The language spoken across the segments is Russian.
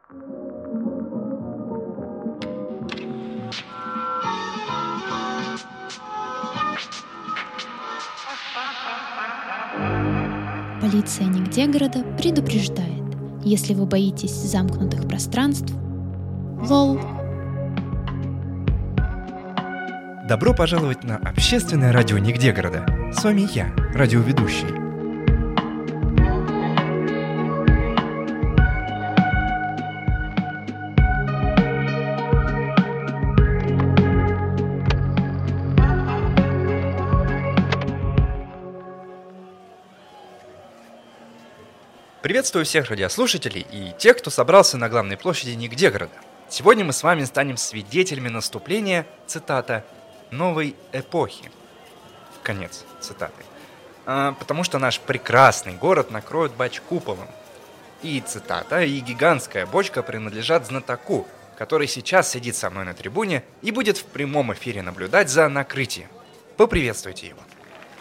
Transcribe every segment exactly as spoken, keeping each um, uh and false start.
Полиция Нигдегорода предупреждает, если вы боитесь замкнутых пространств, лол. Добро пожаловать на общественное радио Нигдегорода. С вами я, радиоведущий. Приветствую всех радиослушателей и тех, кто собрался на главной площади Нигдегорода. Сегодня мы с вами станем свидетелями наступления, цитата, «новой эпохи». Конец цитаты. А, потому что наш прекрасный город накроют бач-куполом. И цитата, и гигантская бочка принадлежат знатоку, который сейчас сидит со мной на трибуне и будет в прямом эфире наблюдать за накрытием. Поприветствуйте его.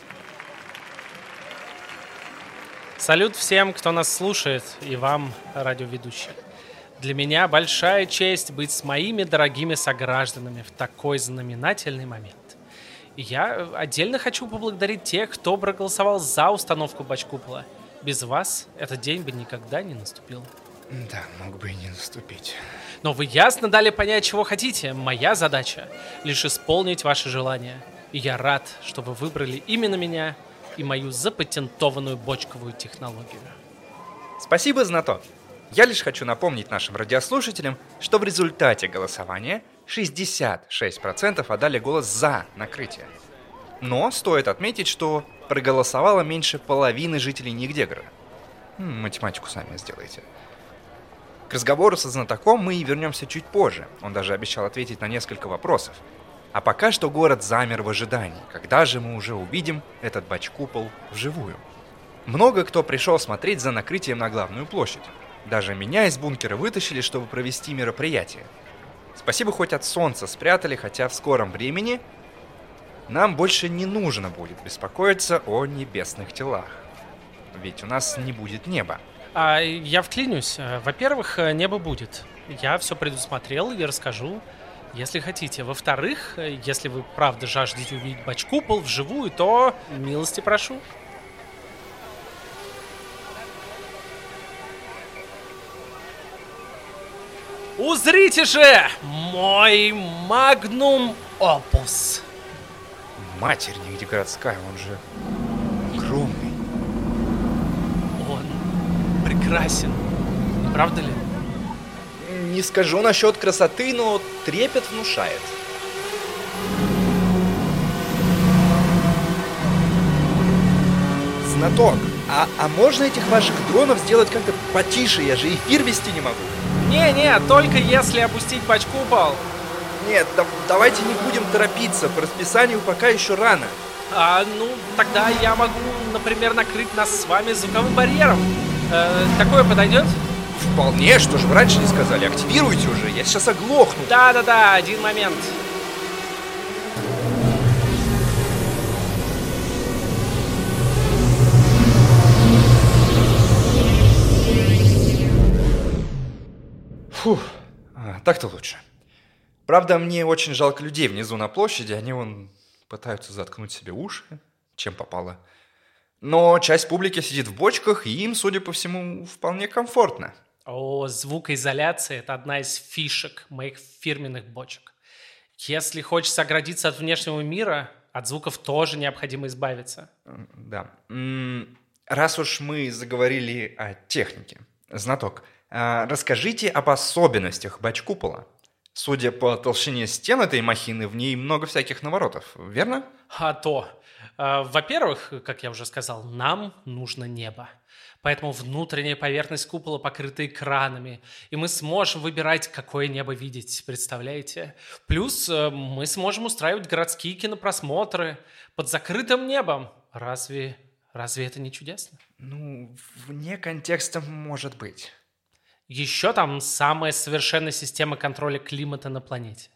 Салют всем, кто нас слушает, и вам, радиоведущий. Для меня большая честь быть с моими дорогими согражданами в такой знаменательный момент. И я отдельно хочу поблагодарить тех, кто проголосовал за установку бач-купола. Без вас этот день бы никогда не наступил. Да, мог бы и не наступить. Но вы ясно дали понять, чего хотите. Моя задача — лишь исполнить ваши желания. И я рад, что вы выбрали именно меня и мою запатентованную бочковую технологию. Спасибо, знаток. Я лишь хочу напомнить нашим радиослушателям, что в результате голосования шестьдесят шесть процентов отдали голос за накрытие. Но стоит отметить, что проголосовало меньше половины жителей Нигдегорода. Математику сами сделайте. К разговору со знатоком мы вернемся чуть позже. Он даже обещал ответить на несколько вопросов. А пока что город замер в ожидании, когда же мы уже увидим этот бач-купол вживую. Много кто пришел смотреть за накрытием на главную площадь. Даже меня из бункера вытащили, чтобы провести мероприятие. Спасибо, хоть от солнца спрятали, хотя в скором времени нам больше не нужно будет беспокоиться о небесных телах. Ведь у нас не будет неба. А я вклинюсь. Во-первых, небо будет. Я все предусмотрел и расскажу, если хотите. Во-вторых, если вы правда жаждете увидеть бач-купол вживую, то милости прошу. Узрите же мой магнум опус. Матерь Нигдегородская, он же огромный. Он прекрасен, не правда ли? Не скажу насчет красоты, но трепет внушает. Знаток, а, а можно этих ваших дронов сделать как-то потише? Я же эфир вести не могу. Не-не, только если опустить бач-купол. Нет, да, давайте не будем торопиться, по расписанию пока еще рано. А, ну, тогда я могу, например, накрыть нас с вами звуковым барьером. Э, такое подойдет? Вполне, что же вы раньше не сказали? Активируйте уже, я сейчас оглохну. Да-да-да, один момент. Фух, а, так-то лучше. Правда, мне очень жалко людей внизу на площади, они вон пытаются заткнуть себе уши, чем попало. Но часть публики сидит в бочках, и им, судя по всему, вполне комфортно. О, звукоизоляция – это одна из фишек моих фирменных бочек. Если хочется оградиться от внешнего мира, от звуков тоже необходимо избавиться. Да. Раз уж мы заговорили о технике, знаток, расскажите об особенностях бач-купола. Судя по толщине стен этой махины, в ней много всяких наворотов, верно? А то. Во-первых, как я уже сказал, нам нужно небо. Поэтому внутренняя поверхность купола покрыта экранами, и мы сможем выбирать, какое небо видеть, представляете? Плюс мы сможем устраивать городские кинопросмотры под закрытым небом. Разве, разве это не чудесно? Ну, вне контекста может быть. Еще там самая совершенная система контроля климата на планете.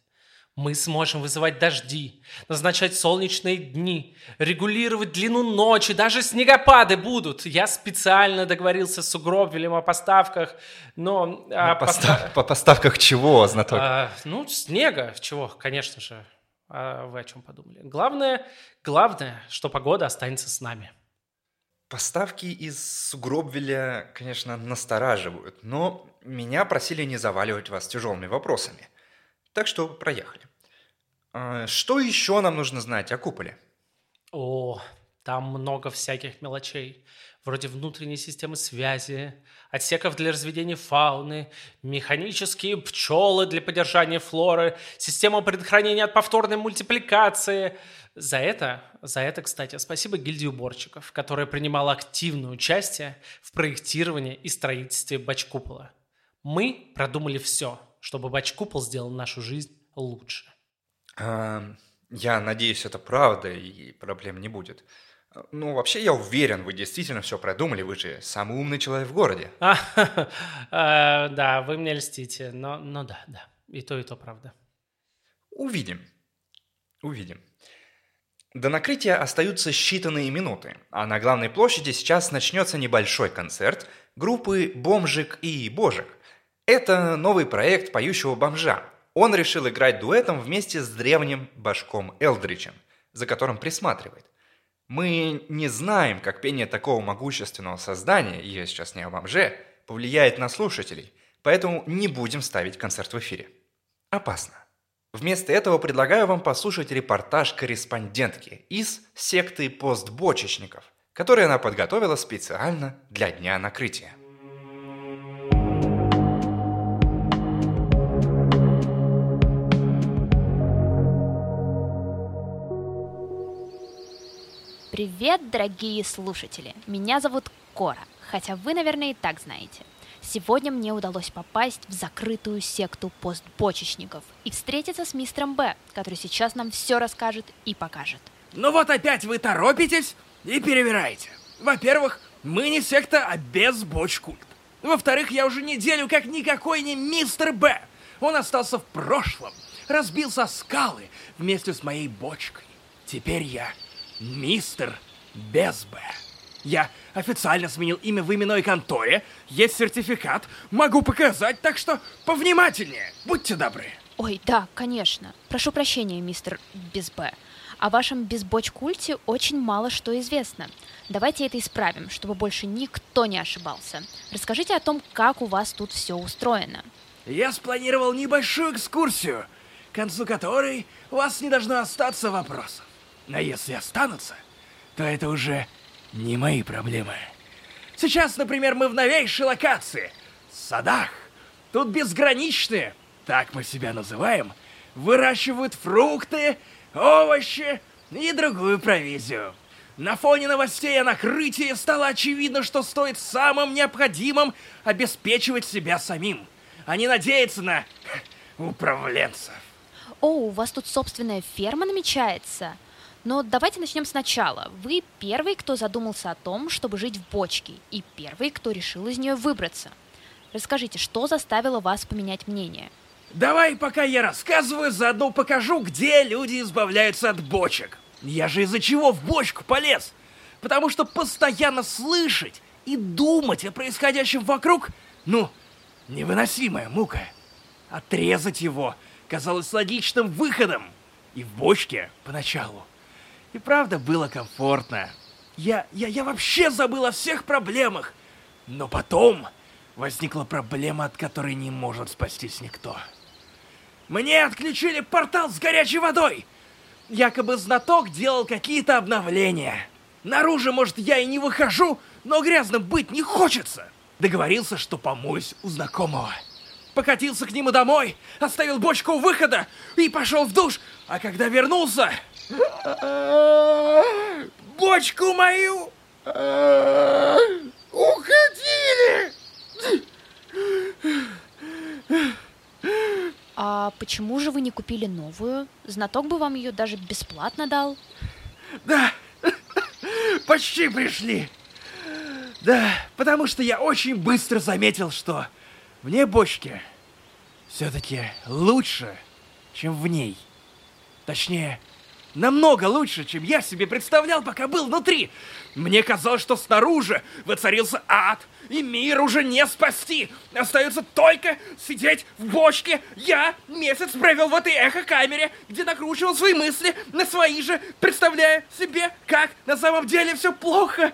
Мы сможем вызывать дожди, назначать солнечные дни, регулировать длину ночи, даже снегопады будут. Я специально договорился с Угробвелем о поставках, но... По, постав... По поставках чего, знаток? А, ну, снега, чего, конечно же. А вы о чем подумали? Главное, главное, что погода останется с нами. Поставки из Сугробвеля, конечно, настораживают, но меня просили не заваливать вас тяжелыми вопросами. Так что проехали. А что еще нам нужно знать о куполе? О, там много всяких мелочей, вроде внутренней системы связи, отсеков для разведения фауны, механические пчелы для поддержания флоры, система предохранения от повторной мультипликации. За это, за это, кстати, спасибо гильдии уборщиков, которая принимала активное участие в проектировании и строительстве бач-купола. Мы продумали все, чтобы бач-купол сделал нашу жизнь лучше. А, я надеюсь, это правда и проблем не будет. Ну, вообще, я уверен, вы действительно все продумали, вы же самый умный человек в городе. А, а, да, вы мне льстите, но, но да, да, и то, и то правда. Увидим, увидим. До накрытия остаются считанные минуты, а на главной площади сейчас начнется небольшой концерт группы «Бомжик и Божик». Это новый проект поющего бомжа. Он решил играть дуэтом вместе с древним башком Элдричем, за которым присматривает. Мы не знаем, как пение такого могущественного создания, я сейчас не о бомже, повлияет на слушателей, поэтому не будем ставить концерт в эфире. Опасно. Вместо этого предлагаю вам послушать репортаж корреспондентки из секты постбочечников, который она подготовила специально для Дня накрытия. Привет, дорогие слушатели! Меня зовут Кора, хотя вы, наверное, и так знаете. Сегодня мне удалось попасть в закрытую секту постбочечников и встретиться с мистером Б, который сейчас нам все расскажет и покажет. Ну вот опять вы торопитесь и перевираете. Во-первых, мы не секта, а безбочкульт. Во-вторых, я уже неделю как никакой не мистер Б. Он остался в прошлом, разбился о скалы вместе с моей бочкой. Теперь я мистер без Б. Я официально сменил имя в именной конторе, есть сертификат, могу показать, так что повнимательнее, будьте добры. Ой, да, конечно. Прошу прощения, мистер без Б. О вашем безбоч-культе очень мало что известно. Давайте это исправим, чтобы больше никто не ошибался. Расскажите о том, как у вас тут все устроено. Я спланировал небольшую экскурсию, к концу которой у вас не должно остаться вопросов. А если останутся, то это уже не мои проблемы. Сейчас, например, мы в новейшей локации, в садах. Тут безграничные, так мы себя называем, выращивают фрукты, овощи и другую провизию. На фоне новостей о накрытии стало очевидно, что стоит самым необходимым обеспечивать себя самим, а не надеяться на управленцев. О, у вас тут собственная ферма намечается? Но давайте начнем сначала. Вы первый, кто задумался о том, чтобы жить в бочке, и первый, кто решил из нее выбраться. Расскажите, что заставило вас поменять мнение? Давай, пока я рассказываю, заодно покажу, где люди избавляются от бочек. Я же из-за чего в бочку полез? Потому что постоянно слышать и думать о происходящем вокруг, ну, невыносимая мука. Отрезать его казалось логичным выходом. И в бочке поначалу и правда было комфортно. Я, я, я вообще забыл о всех проблемах. Но потом возникла проблема, от которой не может спастись никто. Мне отключили портал с горячей водой. Якобы знаток делал какие-то обновления. Наружу, может, я и не выхожу, но грязным быть не хочется. Договорился, что помоюсь у знакомого. Покатился к нему домой, оставил бочку у выхода и пошел в душ. А когда вернулся... Бочку мою уходили! А почему же вы не купили новую? Знаток бы вам ее даже бесплатно дал. Да, почти пришли. Да, потому что я очень быстро заметил, что мне бочки все-таки лучше чем в ней. Точнее, намного лучше, чем я себе представлял, пока был внутри. Мне казалось, что снаружи воцарился ад, и мир уже не спасти. Остается только сидеть в бочке. Я месяц провел в этой эхо-камере, где накручивал свои мысли на свои же, представляя себе, как на самом деле все плохо.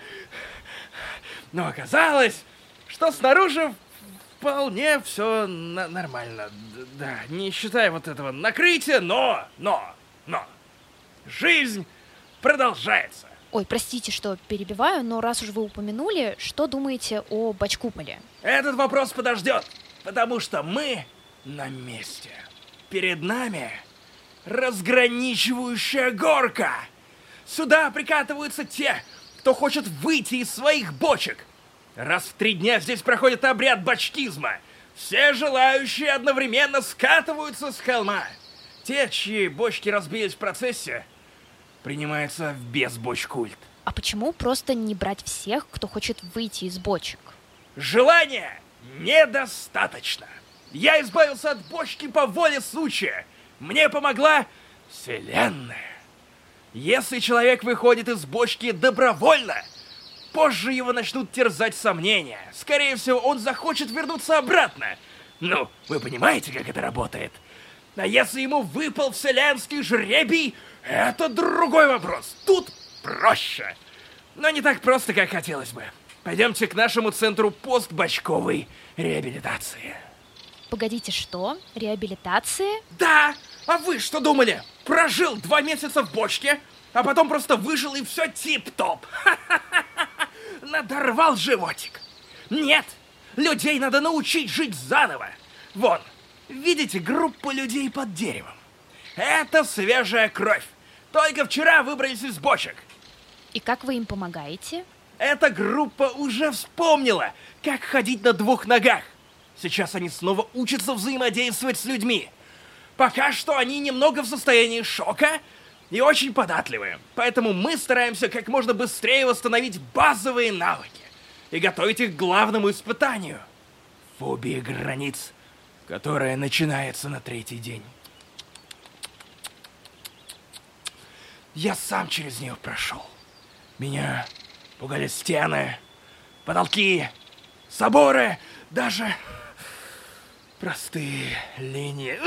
Но оказалось, что снаружи вполне все на- нормально. Да, не считая вот этого накрытия, но, но, но... Жизнь продолжается. Ой, простите, что перебиваю, но раз уж вы упомянули, что думаете о бочкуполе? Этот вопрос подождет, потому что мы на месте. Перед нами разграничивающая горка. Сюда прикатываются те, кто хочет выйти из своих бочек. Раз в три дня здесь проходит обряд бочкизма. Все желающие одновременно скатываются с холма. Те, чьи бочки разбились в процессе, принимаются в безбочкульт. А почему просто не брать всех, кто хочет выйти из бочек? Желания недостаточно. Я избавился от бочки по воле случая. Мне помогла Вселенная. Если человек выходит из бочки добровольно, позже его начнут терзать сомнения. Скорее всего, он захочет вернуться обратно. Ну, вы понимаете, как это работает? А если ему выпал вселенский жребий, это другой вопрос. Тут проще. Но не так просто, как хотелось бы. Пойдемте к нашему центру постбочковой реабилитации. Погодите, что? Реабилитации? Да! А вы что думали? Прожил два месяца в бочке, а потом просто выжил и все тип-топ. Надорвал животик. Нет, людей надо научить жить заново. Вон, видите группу людей под деревом? Это свежая кровь. Только вчера выбрались из бочек. И как вы им помогаете? Эта группа уже вспомнила, как ходить на двух ногах. Сейчас они снова учатся взаимодействовать с людьми. Пока что они немного в состоянии шока и очень податливые. Поэтому мы стараемся как можно быстрее восстановить базовые навыки и готовить их к главному испытанию — фобии границ, которая начинается на третий день. Я сам через нее прошел. Меня пугали стены, потолки, соборы, даже простые линии.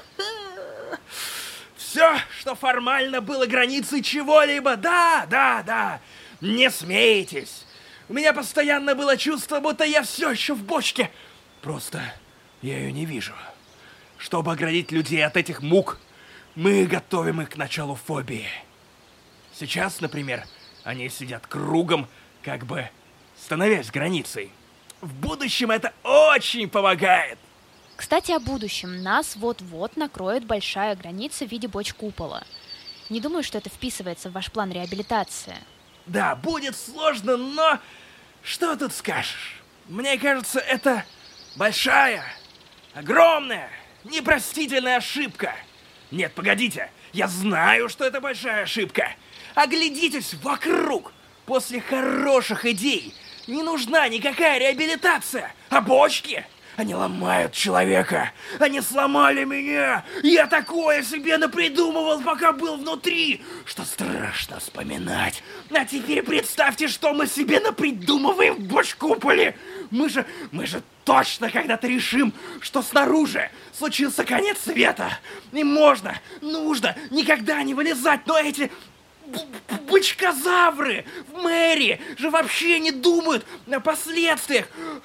Все, что формально было границей чего-либо. Да, да, да. Не смейтесь. У меня постоянно было чувство, будто я все еще в бочке. Просто я ее не вижу. Чтобы оградить людей от этих мук, мы готовим их к началу фобии. Сейчас, например, они сидят кругом, как бы становясь границей. В будущем это очень помогает. Кстати, о будущем. Нас вот-вот накроет большая граница в виде бочкупола. Не думаю, что это вписывается в ваш план реабилитации. Да, будет сложно, но что тут скажешь? Мне кажется, это большая, огромная, непростительная ошибка. Нет, погодите, я знаю, что это большая ошибка. Оглядитесь вокруг. После хороших идей не нужна никакая реабилитация, а бочки... Они ломают человека. Они сломали меня. Я такое себе напридумывал, пока был внутри, что страшно вспоминать. А теперь представьте, что мы себе напридумываем в бочкуполе. Мы же, мы же точно когда-то решим, что снаружи случился конец света. И можно, нужно никогда не вылезать, но эти... бычкозавры в мэрии же вообще не думают о последствиях.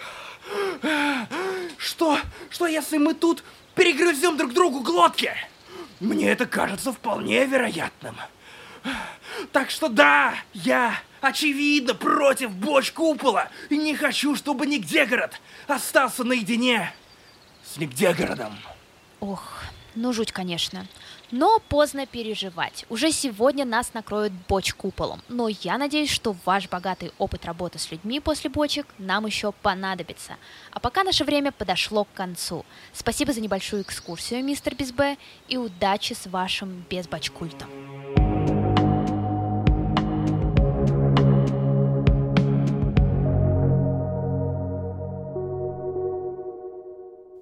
Что? Что если мы тут перегрызем друг другу глотки? Мне это кажется вполне вероятным. Так что да, я, очевидно, против бочкупола и не хочу, чтобы Нигдегород остался наедине с Нигдегородом. Ох, ну жуть, конечно. Но поздно переживать. Уже сегодня нас накроют бочкуполом. Но я надеюсь, что ваш богатый опыт работы с людьми после бочек нам еще понадобится. А пока наше время подошло к концу. Спасибо за небольшую экскурсию, мистер Бизбе, и удачи с вашим безбочкультом.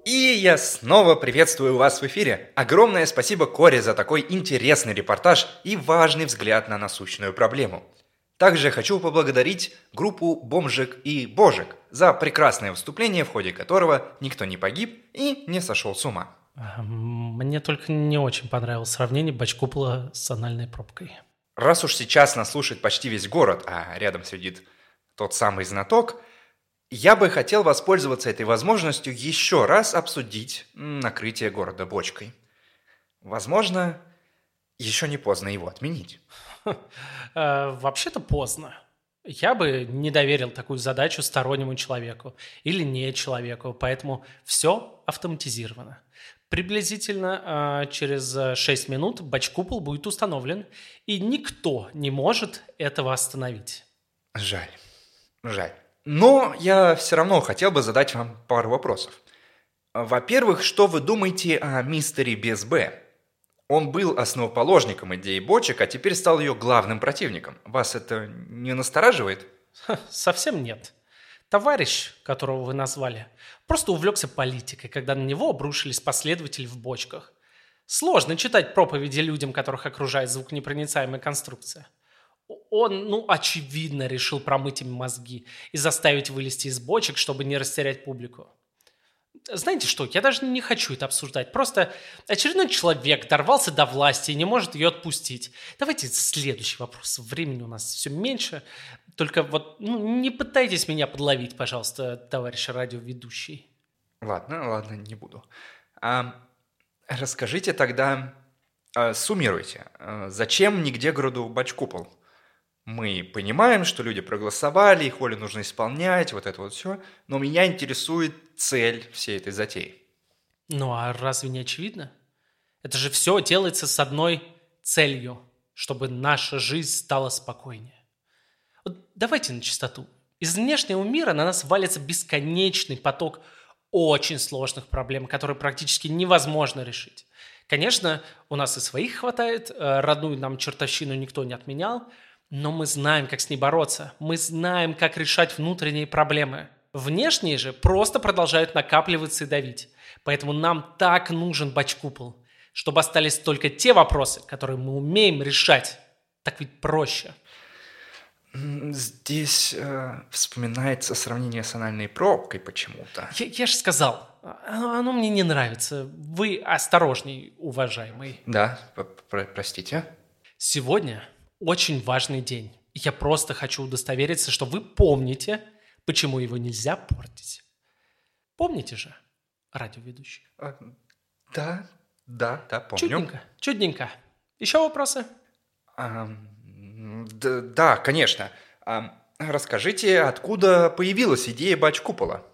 И я снова приветствую вас в эфире. Огромное спасибо Коре за такой интересный репортаж и важный взгляд на насущную проблему. Также хочу поблагодарить группу «Бомжик и Божик» за прекрасное выступление, в ходе которого никто не погиб и не сошел с ума. Мне только не очень понравилось сравнение бачкупла с анальной пробкой. Раз уж сейчас нас слушает почти весь город, а рядом сидит тот самый знаток, я бы хотел воспользоваться этой возможностью еще раз обсудить накрытие города бочкой. Возможно, еще не поздно его отменить. Вообще-то поздно. Я бы не доверил такую задачу стороннему человеку или не человеку, поэтому все автоматизировано. Приблизительно через шесть минут бачкупол будет установлен, и никто не может этого остановить. Жаль, жаль. Но я все равно хотел бы задать вам пару вопросов. Во-первых, что вы думаете о мистере без «Б»? Он был основоположником идеи бочек, а теперь стал ее главным противником. Вас это не настораживает? Ха, совсем нет. Товарищ, которого вы назвали, просто увлекся политикой, когда на него обрушились последователи в бочках. Сложно читать проповеди людям, которых окружает звуконепроницаемая конструкция. Он, ну, очевидно, решил промыть им мозги и заставить вылезти из бочек, чтобы не растерять публику. Знаете что, я даже не хочу это обсуждать. Просто очередной человек дорвался до власти и не может ее отпустить. Давайте следующий вопрос. Времени у нас все меньше. Только вот ну, не пытайтесь меня подловить, пожалуйста, товарищ радиоведущий. Ладно, ладно, не буду. А, расскажите тогда, а, суммируйте. А, зачем нигде городу бачкупол? Мы понимаем, что люди проголосовали, их волю нужно исполнять, вот это вот все. Но меня интересует цель всей этой затеи. Ну а разве не очевидно? Это же все делается с одной целью, чтобы наша жизнь стала спокойнее. Вот давайте на чистоту. Из внешнего мира на нас валится бесконечный поток очень сложных проблем, которые практически невозможно решить. Конечно, у нас и своих хватает, родную нам чертовщину никто не отменял, но мы знаем, как с ней бороться. Мы знаем, как решать внутренние проблемы. Внешние же просто продолжают накапливаться и давить. Поэтому нам так нужен бачкупол, чтобы остались только те вопросы, которые мы умеем решать. Так ведь проще. Здесь э, вспоминается сравнение с анальной пробкой почему-то. Я, я же сказал, оно, оно мне не нравится. Вы осторожней, уважаемый. Да, про- простите. Сегодня очень важный день. Я просто хочу удостовериться, что вы помните, почему его нельзя портить. Помните же, радиоведущий? А, да, да, да, помню. Чудненько, чудненько. Еще вопросы? А, да, да, конечно. А, расскажите, откуда появилась идея бачкупола?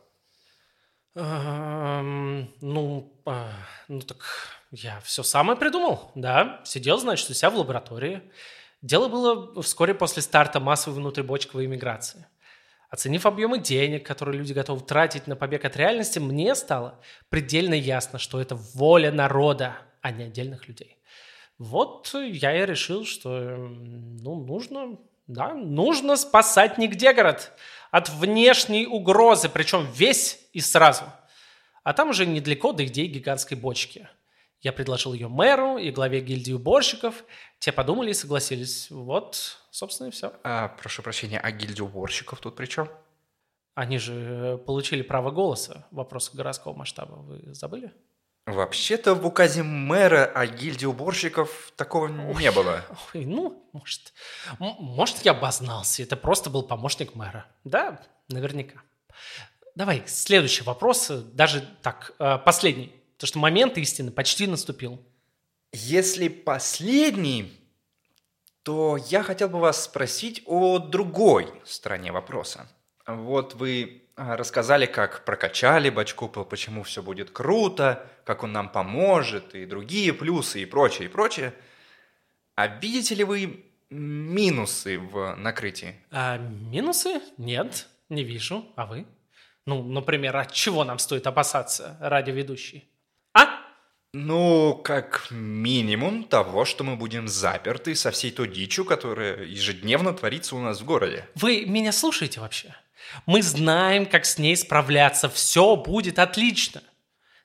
А, ну, а, ну так я все самое придумал, да. Сидел, значит, у себя в лаборатории. Дело было вскоре после старта массовой внутрибочковой иммиграции. Оценив объемы денег, которые люди готовы тратить на побег от реальности, мне стало предельно ясно, что это воля народа, а не отдельных людей. Вот я и решил, что ну, нужно, да, нужно спасать нигде город от внешней угрозы, причем весь и сразу. А там уже недалеко до идеи гигантской бочки. Я предложил ее мэру и главе гильдии уборщиков. Те подумали и согласились. Вот, собственно, и все. А, прошу прощения, а гильдия уборщиков тут при чем? Они же получили право голоса в вопросах городского масштаба. Вы забыли? Вообще-то в указе мэра о гильдии уборщиков такого Ой, не было. Ой, ну, может, м- может, я обознался. Это просто был помощник мэра. Да, наверняка. Давай, следующий вопрос. Даже так, э, последний. Потому что момент истины почти наступил. Если последний, то я хотел бы вас спросить о другой стороне вопроса. Вот вы рассказали, как прокачали бачкупол, почему все будет круто, как он нам поможет, и другие плюсы, и прочее, и прочее. А видите ли вы минусы в накрытии? А минусы? Нет, не вижу. А вы? Ну, например, от чего нам стоит опасаться, радиоведущий? А? Ну, как минимум того, что мы будем заперты со всей той дичью, которая ежедневно творится у нас в городе. Вы меня слушаете вообще? Мы знаем, как с ней справляться. Все будет отлично.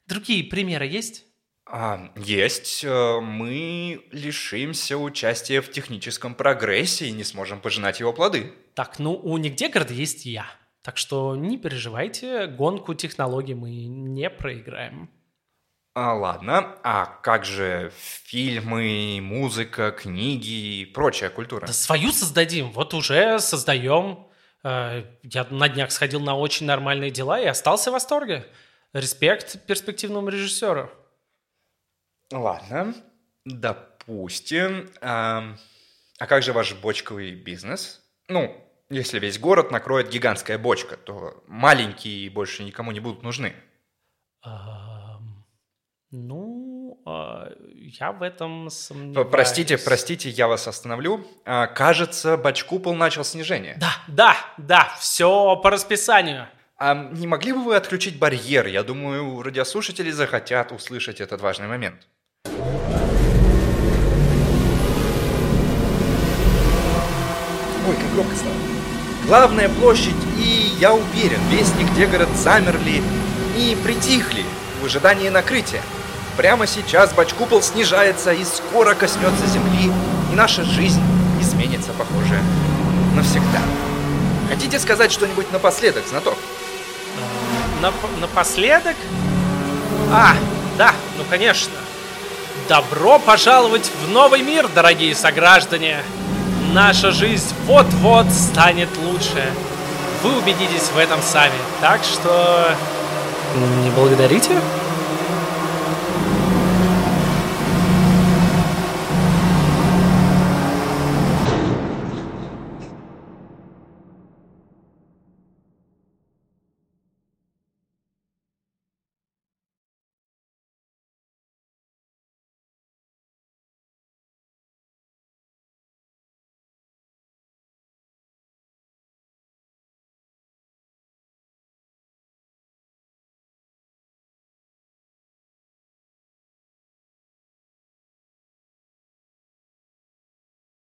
Другие примеры есть? А, есть. Э, Мы лишимся участия в техническом прогрессе и не сможем пожинать его плоды. Так, ну у нигде города есть я. Так что не переживайте, гонку технологий мы не проиграем. А, ладно, а как же фильмы, музыка, книги и прочая культура? Да свою создадим, вот уже создаем. Э, Я на днях сходил на очень нормальные дела и остался в восторге. Респект перспективному режиссеру. Ладно, допустим. А, а как же ваш бочковый бизнес? Ну, если весь город накроет гигантская бочка, то маленькие больше никому не будут нужны. Ам, Ну, а, я в этом П- сомневаюсь. Простите, простите, я вас остановлю. А, кажется, бочкупол начал снижение. Да, да, да, все по расписанию. А не могли бы вы отключить барьер? Я думаю, радиослушатели захотят услышать этот важный момент. Ой, как громко стало. Главная площадь, и я уверен, вестник, где город замерли и притихли в ожидании накрытия. Прямо сейчас бочкупол снижается и скоро коснется земли, и наша жизнь изменится, похоже, навсегда. Хотите сказать что-нибудь напоследок, знаток? Нап- напоследок? А, да, ну конечно. Добро пожаловать в новый мир, дорогие сограждане. Наша жизнь вот-вот станет лучше. Вы убедитесь в этом сами. Так что... Не благодарите?